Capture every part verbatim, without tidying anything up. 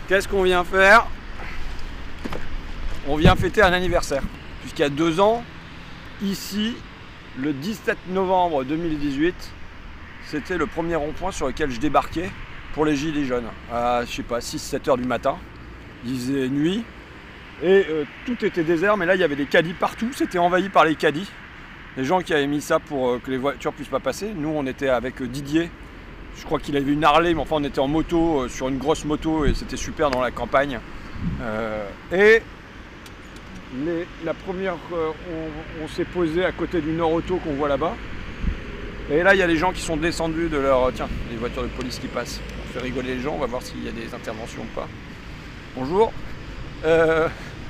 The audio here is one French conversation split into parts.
Qu'est-ce qu'on vient faire? On vient fêter un anniversaire. Puisqu'il y a deux ans, ici, le dix-sept novembre deux mille dix-huit, c'était le premier rond-point sur lequel je débarquais pour les gilets jaunes. À, je sais pas, six sept heures du matin. Il faisait nuit. Et euh, tout était désert, mais là, il y avait des caddies partout. C'était envahi par les caddies. Les gens qui avaient mis ça pour euh, que les voitures puissent pas passer. Nous, on était avec euh, Didier. Je crois qu'il avait une Harley, mais enfin on était en moto, euh, sur une grosse moto, et c'était super dans la campagne. Euh, et les, la première, euh, on, on s'est posé à côté du Nord Auto qu'on voit là-bas. Et là, il y a des gens qui sont descendus de leur... Tiens, les voitures de police qui passent. On fait rigoler les gens, on va voir s'il y a des interventions ou pas. Bonjour. Euh...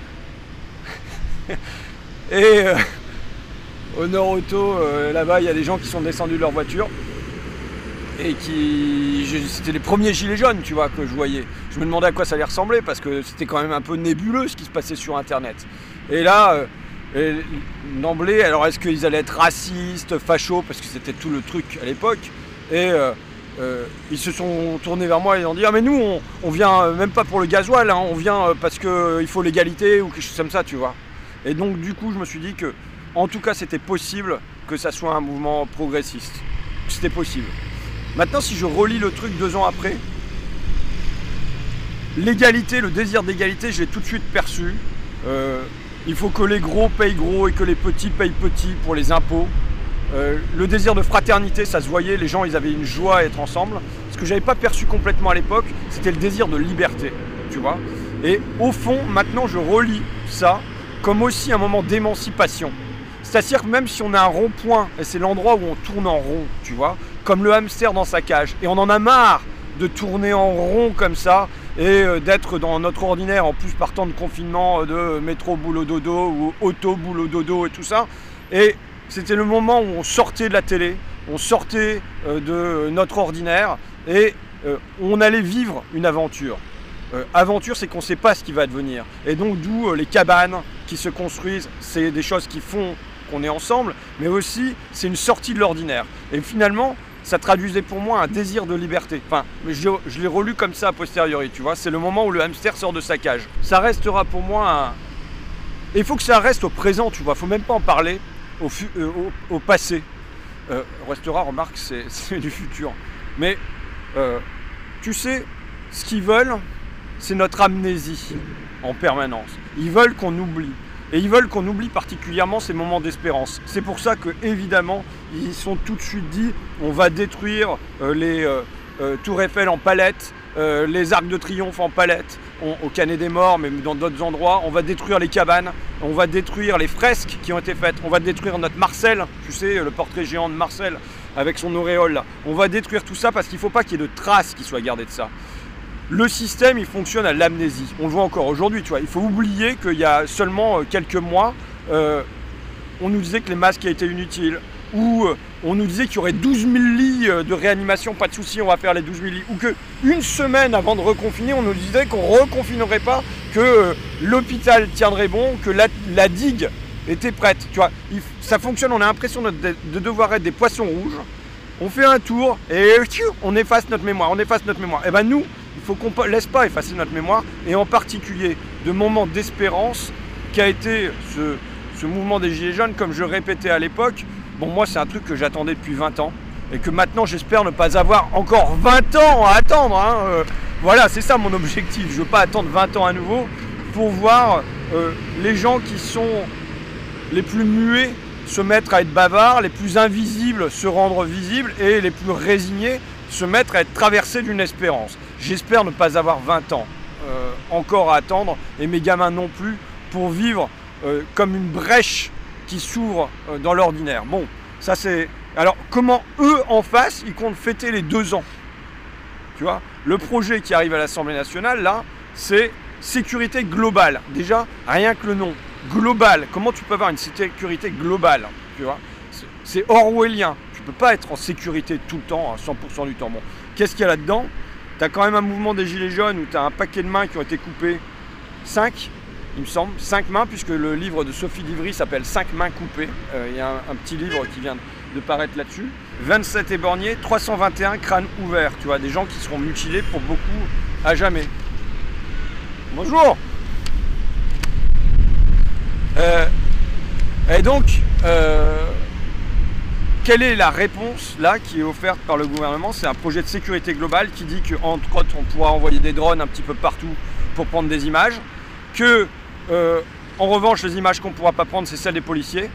et euh, au Nord Auto, euh, là-bas, il y a des gens qui sont descendus de leur voiture. Et qui... C'était les premiers gilets jaunes, tu vois, que je voyais. Je me demandais à quoi ça allait ressembler, parce que c'était quand même un peu nébuleux ce qui se passait sur Internet. Et là, euh, d'emblée, alors est-ce qu'ils allaient être racistes, fachos, parce que c'était tout le truc à l'époque. Et euh, euh, ils se sont tournés vers moi et ils ont dit « Ah mais nous, on, on vient même pas pour le gasoil, hein, on vient parce qu'il faut l'égalité ou quelque chose comme ça, tu vois. » Et donc du coup, je me suis dit que, en tout cas, c'était possible que ça soit un mouvement progressiste. C'était possible. Maintenant, si je relis le truc deux ans après, l'égalité, le désir d'égalité, je l'ai tout de suite perçu. Euh, il faut que les gros payent gros et que les petits payent petits pour les impôts. Euh, le désir de fraternité, ça se voyait, les gens ils avaient une joie à être ensemble. Ce que je n'avais pas perçu complètement à l'époque, c'était le désir de liberté, tu vois. Et au fond, maintenant, je relis ça comme aussi un moment d'émancipation. C'est-à-dire que même si on a un rond-point, et c'est l'endroit où on tourne en rond, tu vois, comme le hamster dans sa cage, et on en a marre de tourner en rond comme ça, et d'être dans notre ordinaire, en plus partant de confinement, de métro boulot dodo, ou auto boulot dodo et tout ça, et c'était le moment où on sortait de la télé, on sortait de notre ordinaire, et on allait vivre une aventure. Euh, aventure, c'est qu'on ne sait pas ce qui va advenir. Et donc d'où euh, les cabanes qui se construisent, c'est des choses qui font qu'on est ensemble, mais aussi c'est une sortie de l'ordinaire. Et finalement, ça traduisait pour moi un désir de liberté. Enfin, je, je l'ai relu comme ça a posteriori, tu vois. C'est le moment où le hamster sort de sa cage. Ça restera pour moi un... Et il faut que ça reste au présent, tu vois. Il ne faut même pas en parler au, fu... euh, au, au passé. Euh, restera, remarque, c'est du futur. Mais, euh, tu sais, ce qu'ils veulent, c'est notre amnésie en permanence. Ils veulent qu'on oublie. Et ils veulent qu'on oublie particulièrement ces moments d'espérance. C'est pour ça que, évidemment, ils sont tout de suite dit on va détruire euh, les euh, euh, tours Eiffel en palettes, euh, les arcs de triomphe en palettes, on, au Canet des Morts, mais dans d'autres endroits. On va détruire les cabanes, on va détruire les fresques qui ont été faites, on va détruire notre Marcel, tu sais, le portrait géant de Marcel avec son auréole là. On va détruire tout ça parce qu'il ne faut pas qu'il y ait de traces qui soient gardées de ça. Le système, il fonctionne à l'amnésie. On le voit encore aujourd'hui, tu vois. Il faut oublier qu'il y a seulement quelques mois, euh, on nous disait que les masques étaient inutiles, ou euh, on nous disait qu'il y aurait douze mille lits de réanimation, pas de souci, on va faire les douze mille lits, ou qu'une semaine avant de reconfiner, on nous disait qu'on ne reconfinerait pas, que euh, l'hôpital tiendrait bon, que la, la digue était prête. Tu vois, il, ça fonctionne, on a l'impression de, de, de devoir être des poissons rouges. On fait un tour et on efface notre mémoire, on efface notre mémoire. Et ben nous, il faut qu'on ne laisse pas effacer notre mémoire, et en particulier de moments d'espérance qu'a été ce, ce mouvement des Gilets jaunes, comme je répétais à l'époque. Bon, moi, c'est un truc que j'attendais depuis vingt ans, et que maintenant, j'espère ne pas avoir encore vingt ans à attendre. Hein. Euh, voilà, c'est ça mon objectif. Je ne veux pas attendre vingt ans à nouveau pour voir euh, les gens qui sont les plus muets se mettre à être bavards, les plus invisibles se rendre visibles, et les plus résignés se mettre à être traversés d'une espérance. J'espère ne pas avoir vingt ans euh, encore à attendre, et mes gamins non plus, pour vivre euh, comme une brèche qui s'ouvre euh, dans l'ordinaire. Bon, ça c'est... Alors, comment eux, en face, ils comptent fêter les deux ans? Tu vois, le projet qui arrive à l'Assemblée nationale, là, c'est sécurité globale. Déjà, rien que le nom. Global. Comment tu peux avoir une sécurité globale? Tu vois, c'est orwellien. Tu peux pas être en sécurité tout le temps, à cent pour cent du temps. Bon, qu'est-ce qu'il y a là-dedans? Tu as quand même un mouvement des Gilets jaunes où tu as un paquet de mains qui ont été coupées. cinq, il me semble. cinq mains, puisque le livre de Sophie Divry s'appelle cinq mains coupées. Euh, il y a un, un petit livre qui vient de paraître là-dessus. vingt-sept éborgnés, trois cent vingt et un crânes ouverts. Tu vois, des gens qui seront mutilés pour beaucoup à jamais. Bonjour. Euh, et donc, euh, quelle est la réponse là qui est offerte par le gouvernement? C'est un projet de sécurité globale qui dit qu'entre autres on pourra envoyer des drones un petit peu partout pour prendre des images, que euh, en revanche les images qu'on ne pourra pas prendre c'est celles des policiers.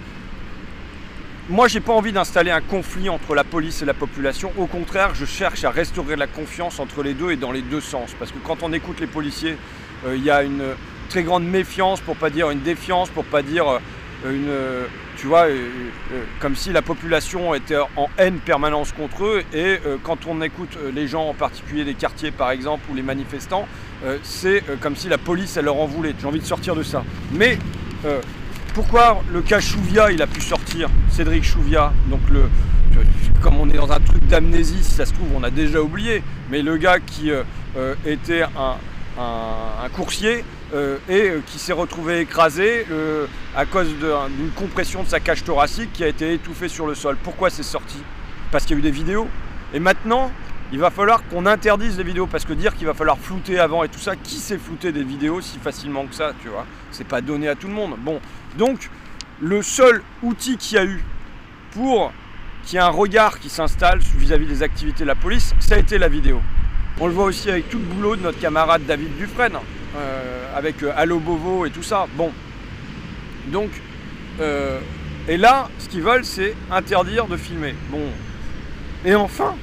Moi j'ai pas envie d'installer un conflit entre la police et la population, au contraire je cherche à restaurer la confiance entre les deux et dans les deux sens, parce que quand on écoute les policiers, il euh, y a une très grande méfiance, pour pas dire une défiance, pour pas dire euh, une... Euh, tu vois, euh, euh, comme si la population était en haine permanente contre eux, et euh, quand on écoute les gens, en particulier des quartiers par exemple, ou les manifestants, euh, c'est euh, comme si la police elle leur en voulait. J'ai envie de sortir de ça. Mais euh, pourquoi le cas Chouviat il a pu sortir, Cédric Chouviat, donc le, comme on est dans un truc d'amnésie, si ça se trouve on a déjà oublié, mais le gars qui euh, euh, était un, un, un coursier, Euh, et euh, qui s'est retrouvé écrasé euh, à cause d'une compression de sa cage thoracique qui a été étouffée sur le sol. Pourquoi c'est sorti? Parce qu'il y a eu des vidéos. Et maintenant, il va falloir qu'on interdise les vidéos, parce que dire qu'il va falloir flouter avant et tout ça, qui sait flouter des vidéos si facilement que ça, tu vois? C'est pas donné à tout le monde. Bon, donc le seul outil qu'il y a eu pour qu'il y ait un regard qui s'installe vis-à-vis des activités de la police, ça a été la vidéo. On le voit aussi avec tout le boulot de notre camarade David Dufresne, euh, avec euh, Allo Bovo et tout ça. Bon, donc, euh, et là, ce qu'ils veulent, c'est interdire de filmer. Bon, et enfin,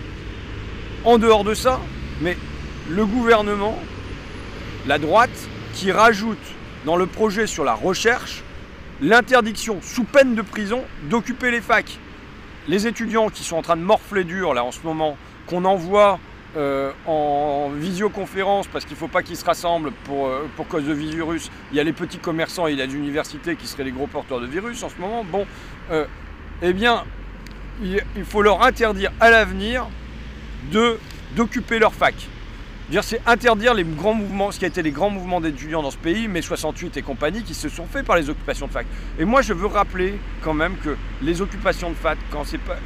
en dehors de ça, mais le gouvernement, la droite, qui rajoute dans le projet sur la recherche l'interdiction, sous peine de prison, d'occuper les facs. Les étudiants qui sont en train de morfler dur, là, en ce moment, qu'on envoie Euh, en visioconférence parce qu'il ne faut pas qu'ils se rassemblent pour, euh, pour cause de virus. Il y a les petits commerçants et il y a les universités qui seraient les gros porteurs de virus en ce moment. Bon, euh, eh bien, il, il faut leur interdire à l'avenir de d'occuper leur fac. C'est interdire les grands mouvements, ce qui a été les grands mouvements d'étudiants dans ce pays, mai soixante-huit et compagnie, qui se sont faits par les occupations de fac. Et moi, je veux rappeler quand même que les occupations de fac, quand c'est pas,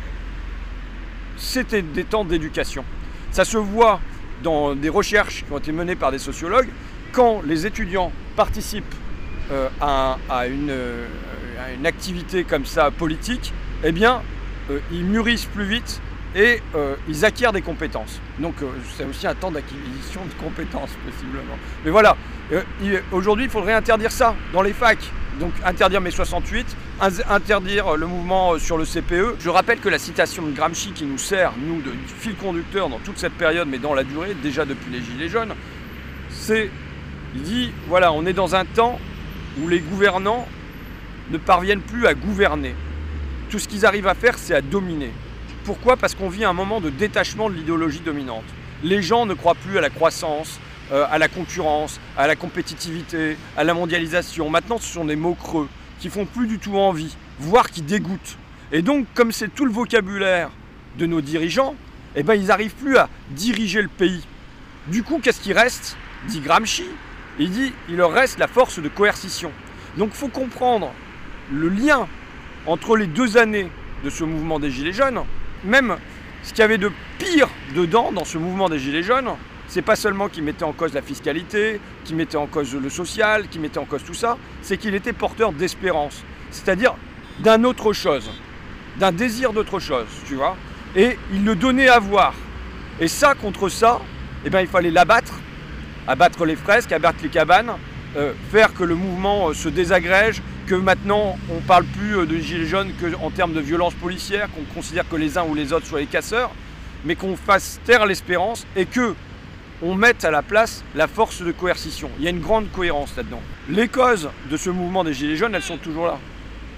c'était des temps d'éducation. Ça se voit dans des recherches qui ont été menées par des sociologues. Quand les étudiants participent euh, à, à, une, euh, à une activité comme ça politique, eh bien, euh, ils mûrissent plus vite et euh, ils acquièrent des compétences. Donc, euh, c'est aussi un temps d'acquisition de compétences, possiblement. Mais voilà, euh, aujourd'hui, il faudrait interdire ça dans les facs. Donc interdire mai soixante-huit, interdire le mouvement sur le C P E. Je rappelle que la citation de Gramsci qui nous sert, nous, de fil conducteur dans toute cette période, mais dans la durée, déjà depuis les Gilets jaunes, c'est, il dit, voilà, on est dans un temps où les gouvernants ne parviennent plus à gouverner. Tout ce qu'ils arrivent à faire, c'est à dominer. Pourquoi? Parce qu'on vit un moment de détachement de l'idéologie dominante. Les gens ne croient plus à la croissance, Euh, à la concurrence, à la compétitivité, à la mondialisation. Maintenant, ce sont des mots creux qui font plus du tout envie, voire qui dégoûtent. Et donc, comme c'est tout le vocabulaire de nos dirigeants, eh ben, ils n'arrivent plus à diriger le pays. Du coup, qu'est-ce qui reste? Dit Gramsci. Il dit il leur reste la force de coercition. Donc, il faut comprendre le lien entre les deux années de ce mouvement des Gilets jaunes. Même ce qu'il y avait de pire dedans dans ce mouvement des Gilets jaunes, c'est pas seulement qu'il mettait en cause la fiscalité, qu'il mettait en cause le social, qu'il mettait en cause tout ça, c'est qu'il était porteur d'espérance, c'est-à-dire d'un autre chose, d'un désir d'autre chose, tu vois. Et il le donnait à voir. Et ça, contre ça, eh ben, il fallait l'abattre, abattre les fresques, abattre les cabanes, euh, faire que le mouvement euh, se désagrège, que maintenant on parle plus euh, de gilets jaunes qu'en termes de violence policière, qu'on considère que les uns ou les autres soient les casseurs, mais qu'on fasse taire l'espérance et que on mette à la place la force de coercition. Il y a une grande cohérence là-dedans. Les causes de ce mouvement des Gilets jaunes, elles sont toujours là.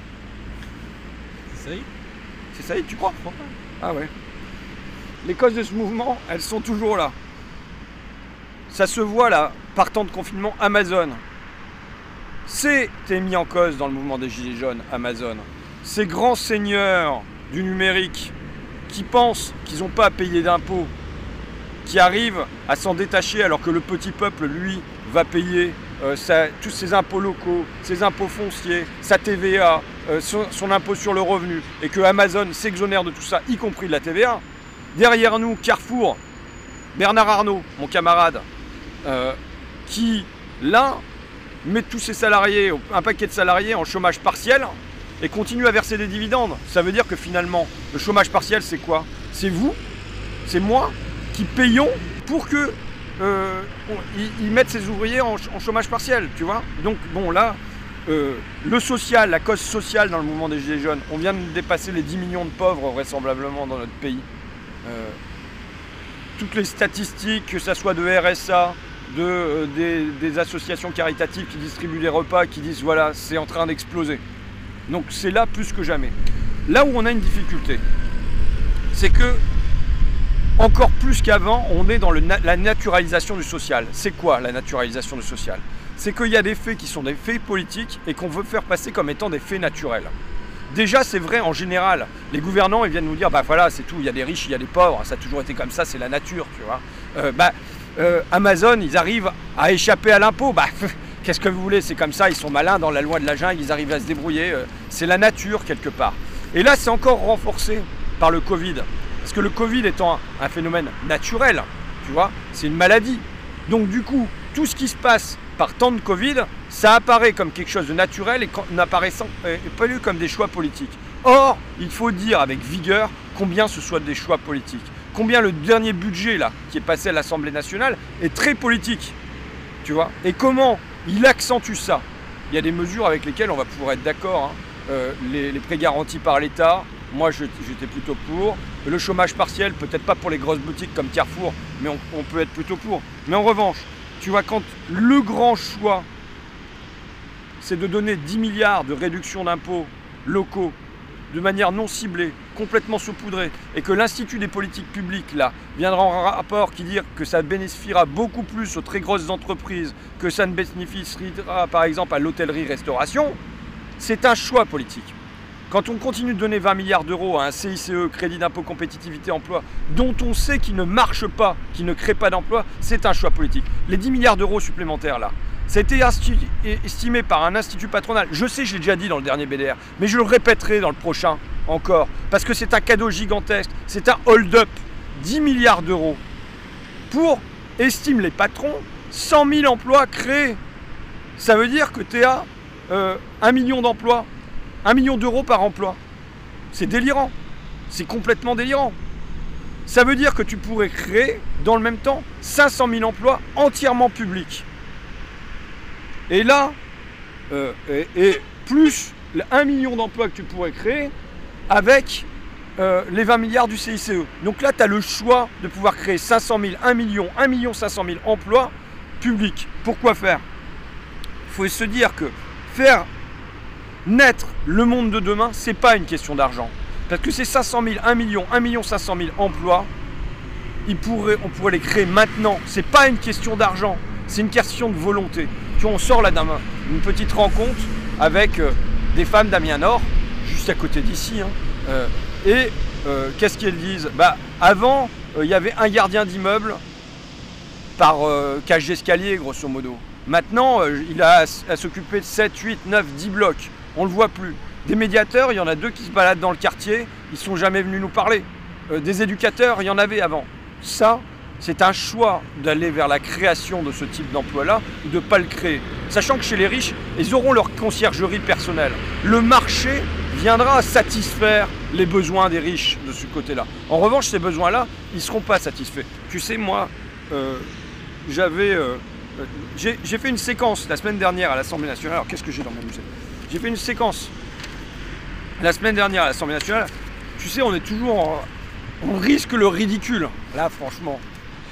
C'est ça y est? C'est ça y est, tu crois? Ah ouais. Les causes de ce mouvement, elles sont toujours là. Ça se voit là, partant de confinement, Amazon. C'est mis en cause dans le mouvement des Gilets jaunes, Amazon. Ces grands seigneurs du numérique qui pensent qu'ils n'ont pas à payer d'impôts, qui arrivent à s'en détacher alors que le petit peuple, lui, va payer euh, sa, tous ses impôts locaux, ses impôts fonciers, sa T V A, euh, son, son impôt sur le revenu, et que Amazon s'exonère de tout ça, y compris de la T V A. Derrière nous, Carrefour, Bernard Arnault, mon camarade, euh, qui L'un met tous ses salariés, un paquet de salariés en chômage partiel et continue à verser des dividendes. Ça veut dire que finalement, le chômage partiel, c'est quoi? C'est vous, c'est moi qui payons pour que euh, ils, ils mettent ces ouvriers en, en chômage partiel, tu vois. Donc bon là, euh, le social, la cause sociale dans le mouvement des Gilets jaunes, on vient de dépasser les dix millions de pauvres vraisemblablement dans notre pays. Euh, toutes les statistiques, que ça soit de R S A, de, euh, des, des associations caritatives qui distribuent des repas, qui disent voilà, c'est en train d'exploser. Donc c'est là plus que jamais. Là où on a une difficulté, c'est que encore plus qu'avant, on est dans le na la naturalisation du social. C'est quoi la naturalisation du social? C'est qu'il y a des faits qui sont des faits politiques et qu'on veut faire passer comme étant des faits naturels. Déjà, c'est vrai en général. Les gouvernants, ils viennent nous dire, bah voilà, c'est tout, il y a des riches, il y a des pauvres, ça a toujours été comme ça, c'est la nature, tu vois. Euh, bah, euh, Amazon, ils arrivent à échapper à l'impôt. Bah, qu'est-ce que vous voulez? C'est comme ça, ils sont malins dans la loi de la jungle, ils arrivent à se débrouiller. Euh, c'est la nature, quelque part. Et là, c'est encore renforcé par le Covid. Parce que le Covid étant un, un phénomène naturel, tu vois, c'est une maladie. Donc du coup, tout ce qui se passe par temps de Covid, ça apparaît comme quelque chose de naturel et n'apparaissant euh, pas lu comme des choix politiques. Or, il faut dire avec vigueur combien ce soit des choix politiques. Combien le dernier budget là, qui est passé à l'Assemblée nationale, est très politique. Tu vois. Et comment il accentue ça? Il y a des mesures avec lesquelles on va pouvoir être d'accord. Hein. Euh, les, les prêts garantis par l'État, moi j'étais plutôt pour. Le chômage partiel, peut-être pas pour les grosses boutiques comme Carrefour, mais on, on peut être plutôt pour. Mais en revanche, tu vois, quand le grand choix, c'est de donner dix milliards de réduction d'impôts locaux de manière non ciblée, complètement saupoudrée, et que l'Institut des politiques publiques là, viendra en rapport qui dit que ça bénéficiera beaucoup plus aux très grosses entreprises que ça ne bénéficiera par exemple à l'hôtellerie-restauration, c'est un choix politique. Quand on continue de donner vingt milliards d'euros à un C I C E, crédit d'impôt compétitivité emploi, dont on sait qu'il ne marche pas, qu'il ne crée pas d'emploi, c'est un choix politique. Les dix milliards d'euros supplémentaires là, ça a été estimé par un institut patronal. Je sais, je l'ai déjà dit dans le dernier B D R, mais je le répéterai dans le prochain encore, parce que c'est un cadeau gigantesque, c'est un hold-up, dix milliards d'euros, pour, estiment les patrons, cent mille emplois créés. Ça veut dire que tu es à euh, un million d'emplois. Un million d'euros par emploi. C'est délirant. C'est complètement délirant. Ça veut dire que tu pourrais créer, dans le même temps, cinq cent mille emplois entièrement publics. Et là, euh, et, et plus un million d'emplois que tu pourrais créer avec euh, les vingt milliards du C I C E. Donc là, tu as le choix de pouvoir créer cinq cent mille, un million, un million cinq cent mille emplois publics. Pourquoi faire? Il faut se dire que faire naître le monde de demain, c'est pas une question d'argent. Parce que ces cinq cent mille, un million, un million cinq cent mille emplois, ils pourraient, on pourrait les créer maintenant. C'est pas une question d'argent, c'est une question de volonté. Tu vois, on sort là d'une petite rencontre avec euh, des femmes d'Amiens Nord, juste à côté d'ici. Hein, euh, et euh, qu'est-ce qu'elles disent? Bah, avant, il euh, y avait un gardien d'immeuble par euh, cage d'escalier, grosso modo. Maintenant, euh, il a à, à s'occuper de sept, huit, neuf, dix blocs. On ne le voit plus. Des médiateurs, il y en a deux qui se baladent dans le quartier, ils ne sont jamais venus nous parler. Euh, des éducateurs, il y en avait avant. Ça, c'est un choix d'aller vers la création de ce type d'emploi-là ou de ne pas le créer. Sachant que chez les riches, ils auront leur conciergerie personnelle. Le marché viendra satisfaire les besoins des riches de ce côté-là. En revanche, ces besoins-là, ils ne seront pas satisfaits. Tu sais, moi, euh, j'avais... Euh, j'ai fait une séquence la semaine dernière à l'Assemblée nationale. Alors, qu'est-ce que j'ai dans mon musée? J'ai fait une séquence la semaine dernière à l'Assemblée nationale. Tu sais, on est toujours en, on risque le ridicule. Là, franchement,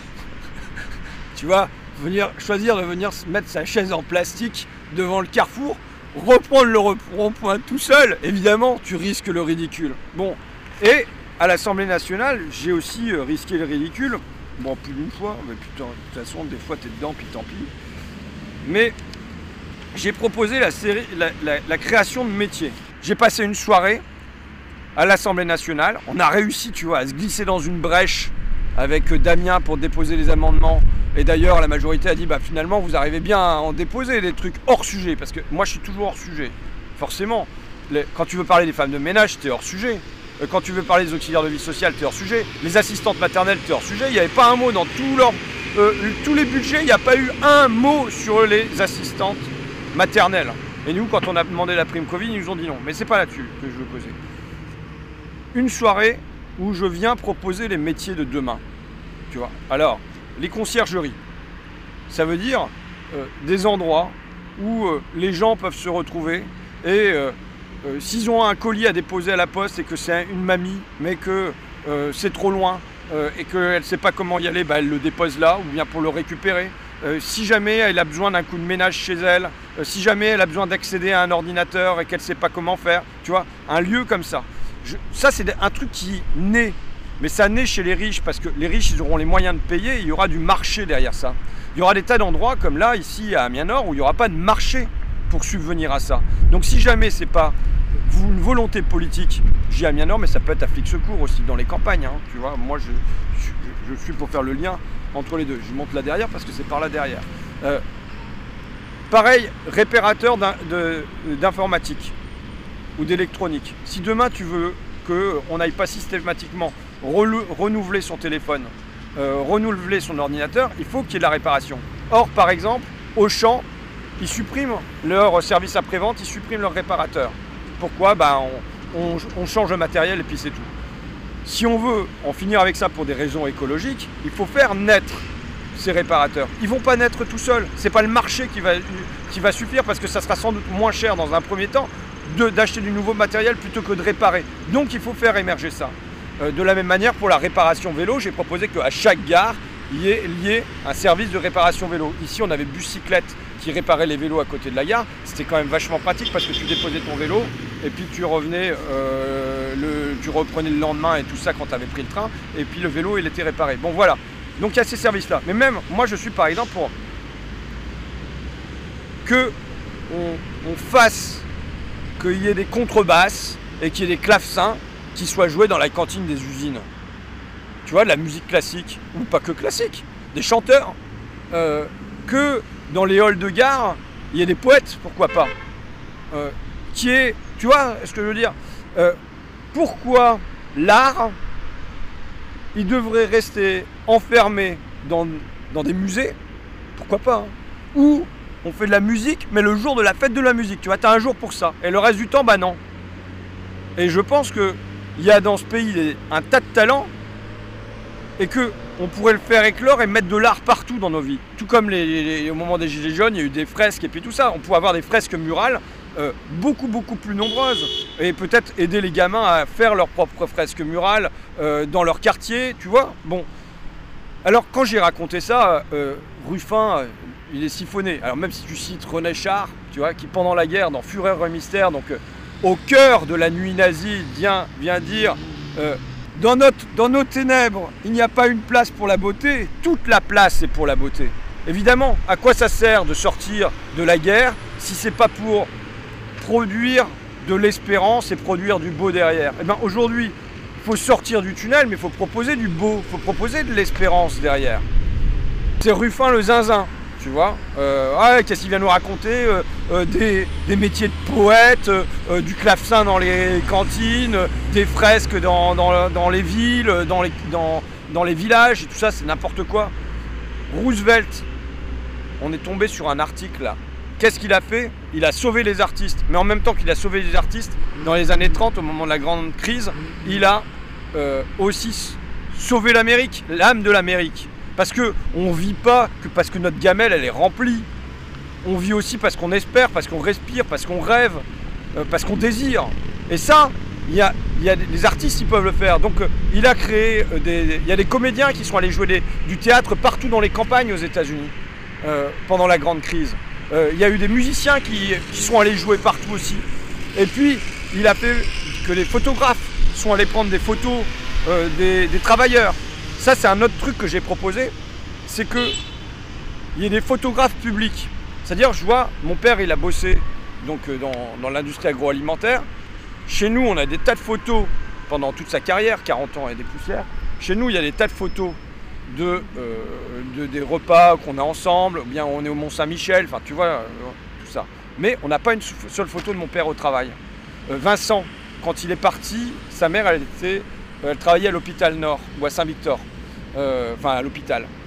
tu vois, venir choisir de venir mettre sa chaise en plastique devant le Carrefour, reprendre le rond-point tout seul, évidemment, tu risques le ridicule. Bon, et à l'Assemblée nationale, j'ai aussi risqué le ridicule. Bon, plus d'une fois, mais putain, de toute façon, des fois, t'es dedans, puis tant pis. Mais j'ai proposé la, série, la, la, la création de métiers. J'ai passé une soirée à l'Assemblée nationale. On a réussi, tu vois, à se glisser dans une brèche avec Damien pour déposer les amendements. Et d'ailleurs, la majorité a dit, bah finalement, vous arrivez bien à en déposer des trucs hors sujet. Parce que moi, je suis toujours hors sujet. Forcément. Les, quand tu veux parler des femmes de ménage, t'es hors sujet. Quand tu veux parler des auxiliaires de vie sociale, t'es hors sujet. Les assistantes maternelles, t'es hors sujet. Il n'y avait pas un mot dans tout leur, euh, tous les budgets, il n'y a pas eu un mot sur les assistantes maternelles. Et nous, quand on a demandé la prime Covid, ils nous ont dit non. Mais c'est pas là-dessus que je veux poser. Une soirée où je viens proposer les métiers de demain. Tu vois. Alors, les conciergeries, ça veut dire euh, des endroits où euh, les gens peuvent se retrouver et euh, euh, s'ils ont un colis à déposer à la poste et que c'est une mamie, mais que euh, c'est trop loin euh, et qu'elle ne sait pas comment y aller, bah, elle le dépose là ou bien pour le récupérer. Euh, si jamais elle a besoin d'un coup de ménage chez elle, euh, si jamais elle a besoin d'accéder à un ordinateur et qu'elle ne sait pas comment faire, tu vois, un lieu comme ça. Je, ça, c'est un truc qui naît, mais ça naît chez les riches parce que les riches, ils auront les moyens de payer et il y aura du marché derrière ça. Il y aura des tas d'endroits comme là, ici à Amiens-Nord, où il n'y aura pas de marché pour subvenir à ça. Donc si jamais c'est pas une volonté politique, j'ai à Amiens-Nord, mais ça peut être à Flic-Secours aussi, dans les campagnes, hein, tu vois, moi je, je, je suis pour faire le lien entre les deux. Je monte là derrière parce que c'est par là derrière. Euh, pareil, réparateur d'informatique ou d'électronique. Si demain tu veux qu'on n'aille pas systématiquement renouveler son téléphone, euh, renouveler son ordinateur, il faut qu'il y ait de la réparation. Or, par exemple, Auchan, ils suppriment leur service après-vente, ils suppriment leur réparateur. Pourquoi? Ben, on, on, on change le matériel et puis c'est tout. Si on veut en finir avec ça pour des raisons écologiques, il faut faire naître ces réparateurs. Ils ne vont pas naître tout seuls. Ce n'est pas le marché qui va, qui va suffire parce que ça sera sans doute moins cher dans un premier temps d'acheter du nouveau matériel plutôt que de réparer. Donc il faut faire émerger ça. Euh, de la même manière, pour la réparation vélo, j'ai proposé qu'à chaque gare, il y ait lié un service de réparation vélo. Ici, on avait Buscyclette qui réparait les vélos à côté de la gare. C'était quand même vachement pratique parce que tu déposais ton vélo et puis tu revenais, euh, le, tu reprenais le lendemain et tout ça quand tu avais pris le train. Et puis le vélo, il était réparé. Bon, voilà. Donc il y a ces services-là. Mais même, moi, je suis par exemple pour que on, on fasse qu'il y ait des contrebasses et qu'il y ait des clavecins qui soient joués dans la cantine des usines. Tu vois, de la musique classique, ou pas que classique, des chanteurs, euh, que dans les halls de gare, il y ait des poètes, pourquoi pas, euh, qui est, tu vois ce que je veux dire, euh, pourquoi l'art, il devrait rester enfermé dans, dans des musées, pourquoi pas, hein, où on fait de la musique, mais le jour de la fête de la musique, tu vois, t'as un jour pour ça, et le reste du temps, bah non. Et je pense qu'il y a dans ce pays un tas de talents, et qu'on pourrait le faire éclore et mettre de l'art partout dans nos vies. Tout comme les, les, au moment des Gilets jaunes, il y a eu des fresques et puis tout ça. On pourrait avoir des fresques murales euh, beaucoup, beaucoup plus nombreuses. Et peut-être aider les gamins à faire leurs propres fresques murales euh, dans leur quartier, tu vois. Bon. Alors, quand j'ai raconté ça, euh, Ruffin, euh, il est siphonné. Alors, même si tu cites René Char, tu vois, qui pendant la guerre, dans Fureur et Mystère, donc euh, au cœur de la nuit nazie, vient, vient dire... Euh, Dans, notre, dans nos ténèbres, il n'y a pas une place pour la beauté, toute la place est pour la beauté. Évidemment, à quoi ça sert de sortir de la guerre si ce n'est pas pour produire de l'espérance et produire du beau derrière? Eh bien aujourd'hui, il faut sortir du tunnel, mais il faut proposer du beau, il faut proposer de l'espérance derrière. C'est Ruffin le zinzin, tu vois. Euh, ah, qu'est-ce qu'il vient nous raconter euh, euh, des, des métiers de poète, euh, du clavecin dans les cantines, euh, des fresques dans, dans, dans les villes, dans les, dans, dans les villages, et tout ça, c'est n'importe quoi. Roosevelt, on est tombé sur un article là. Qu'est-ce qu'il a fait? Il a sauvé les artistes. Mais en même temps qu'il a sauvé les artistes, dans les années trente, au moment de la grande crise, il a euh, aussi sauvé l'Amérique, l'âme de l'Amérique. Parce qu'on ne vit pas que parce que notre gamelle elle est remplie. On vit aussi parce qu'on espère, parce qu'on respire, parce qu'on rêve, euh, parce qu'on désire. Et ça, il y a, y a des artistes qui peuvent le faire. Donc euh, il a créé euh, des. Il y a des comédiens qui sont allés jouer des, du théâtre partout dans les campagnes aux États-Unis euh, pendant la grande crise. Euh, il y a eu des musiciens qui, qui sont allés jouer partout aussi. Et puis il a fait que les photographes sont allés prendre des photos euh, des, des travailleurs. Ça, c'est un autre truc que j'ai proposé, c'est qu'il y ait des photographes publics. C'est-à-dire, je vois, mon père, il a bossé donc, dans, dans l'industrie agroalimentaire. Chez nous, on a des tas de photos pendant toute sa carrière, quarante ans et des poussières. Chez nous, il y a des tas de photos de, euh, de, des repas qu'on a ensemble, ou bien on est au Mont-Saint-Michel, enfin, tu vois, euh, tout ça. Mais on n'a pas une seule photo de mon père au travail. Euh, Vincent, quand il est parti, sa mère, elle était... Elle travaillait à l'hôpital Nord ou à Saint-Victor, euh, enfin à l'hôpital.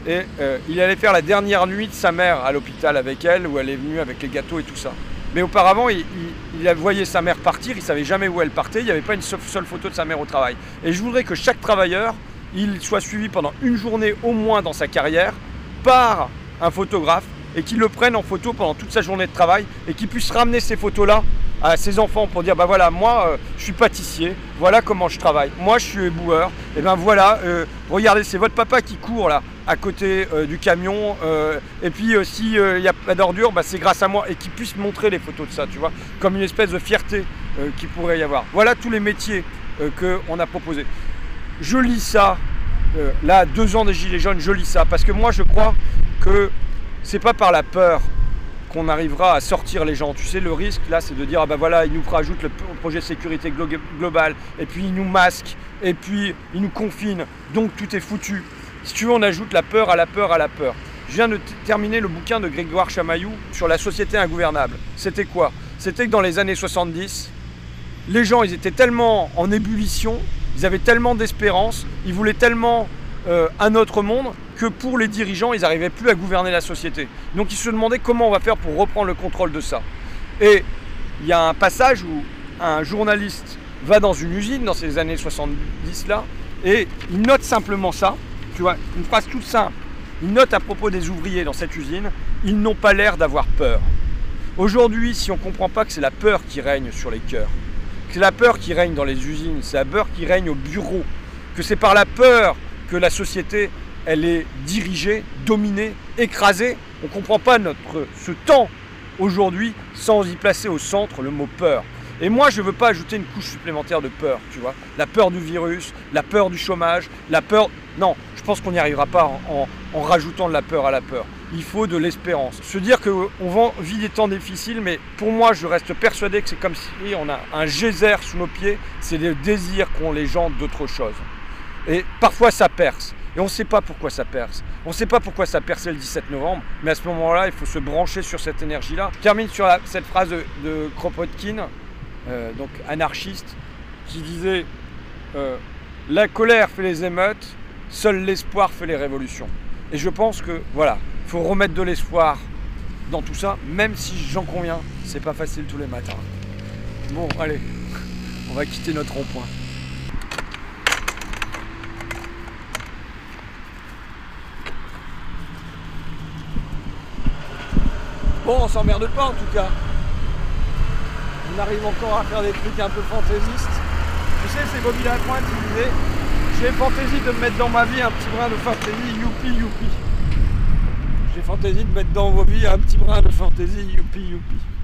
Et euh, il allait faire la dernière nuit de sa mère à l'hôpital avec elle, où elle est venue avec les gâteaux et tout ça. Mais auparavant, il, il, il voyait sa mère partir, il ne savait jamais où elle partait, il n'y avait pas une seule, seule photo de sa mère au travail. Et je voudrais que chaque travailleur, il soit suivi pendant une journée au moins dans sa carrière par un photographe et qu'il le prenne en photo pendant toute sa journée de travail et qu'il puisse ramener ces photos-là à ses enfants pour dire bah voilà, moi euh, je suis pâtissier, voilà comment je travaille, moi je suis éboueur, et ben voilà, euh, regardez, c'est votre papa qui court là à côté euh, du camion, euh, et puis euh, si il euh, n'y a pas d'ordure, bah, c'est grâce à moi, et qu'il puisse montrer les photos de ça, tu vois, comme une espèce de fierté euh, qu'il pourrait y avoir. Voilà tous les métiers euh, qu'on a proposés. Je lis ça, euh, là, deux ans des Gilets jaunes, je lis ça, parce que moi je crois que c'est pas par la peur qu'on arrivera à sortir les gens. Tu sais, le risque là, c'est de dire ah ben voilà, ils nous rajoutent le projet de sécurité glo globale, et puis ils nous masquent, et puis ils nous confinent, donc tout est foutu. Si tu veux, on ajoute la peur à la peur à la peur. Je viens de terminer le bouquin de Grégoire Chamaillou sur la société ingouvernable. C'était quoi? C'était que dans les années soixante-dix, les gens, ils étaient tellement en ébullition, ils avaient tellement d'espérance, ils voulaient tellement euh, un autre monde, que pour les dirigeants, ils n'arrivaient plus à gouverner la société. Donc ils se demandaient comment on va faire pour reprendre le contrôle de ça. Et il y a un passage où un journaliste va dans une usine, dans ces années soixante-dix là, et il note simplement ça, tu vois, une phrase toute simple. Il note à propos des ouvriers dans cette usine, ils n'ont pas l'air d'avoir peur. Aujourd'hui, si on ne comprend pas que c'est la peur qui règne sur les cœurs, que c'est la peur qui règne dans les usines, c'est la peur qui règne au bureau, que c'est par la peur que la société elle est dirigée, dominée, écrasée. On ne comprend pas notre, ce temps aujourd'hui sans y placer au centre le mot peur. Et moi, je ne veux pas ajouter une couche supplémentaire de peur, tu vois. La peur du virus, la peur du chômage, la peur... Non, je pense qu'on n'y arrivera pas en, en, en rajoutant de la peur à la peur. Il faut de l'espérance. Se dire qu'on vit des temps difficiles, mais pour moi, je reste persuadé que c'est comme si on a un geyser sous nos pieds. C'est le désir qu'ont les gens d'autre chose. Et parfois, ça perce. Et on ne sait pas pourquoi ça perce. On ne sait pas pourquoi ça perçait le dix-sept novembre, mais à ce moment-là, il faut se brancher sur cette énergie-là. Je termine sur la, cette phrase de, de Kropotkin, euh, donc anarchiste, qui disait euh, « La colère fait les émeutes, seul l'espoir fait les révolutions ». Et je pense que, voilà, il faut remettre de l'espoir dans tout ça, même si j'en conviens, c'est pas facile tous les matins. Bon, allez, on va quitter notre rond-point. Bon, on s'emmerde pas en tout cas. On arrive encore à faire des trucs un peu fantaisistes. Tu sais, c'est Bobby Lapointe qui disait « J'ai fantaisie de mettre dans ma vie un petit brin de fantaisie, youpi youpi ». J'ai fantaisie de mettre dans vos vies un petit brin de fantaisie, youpi youpi.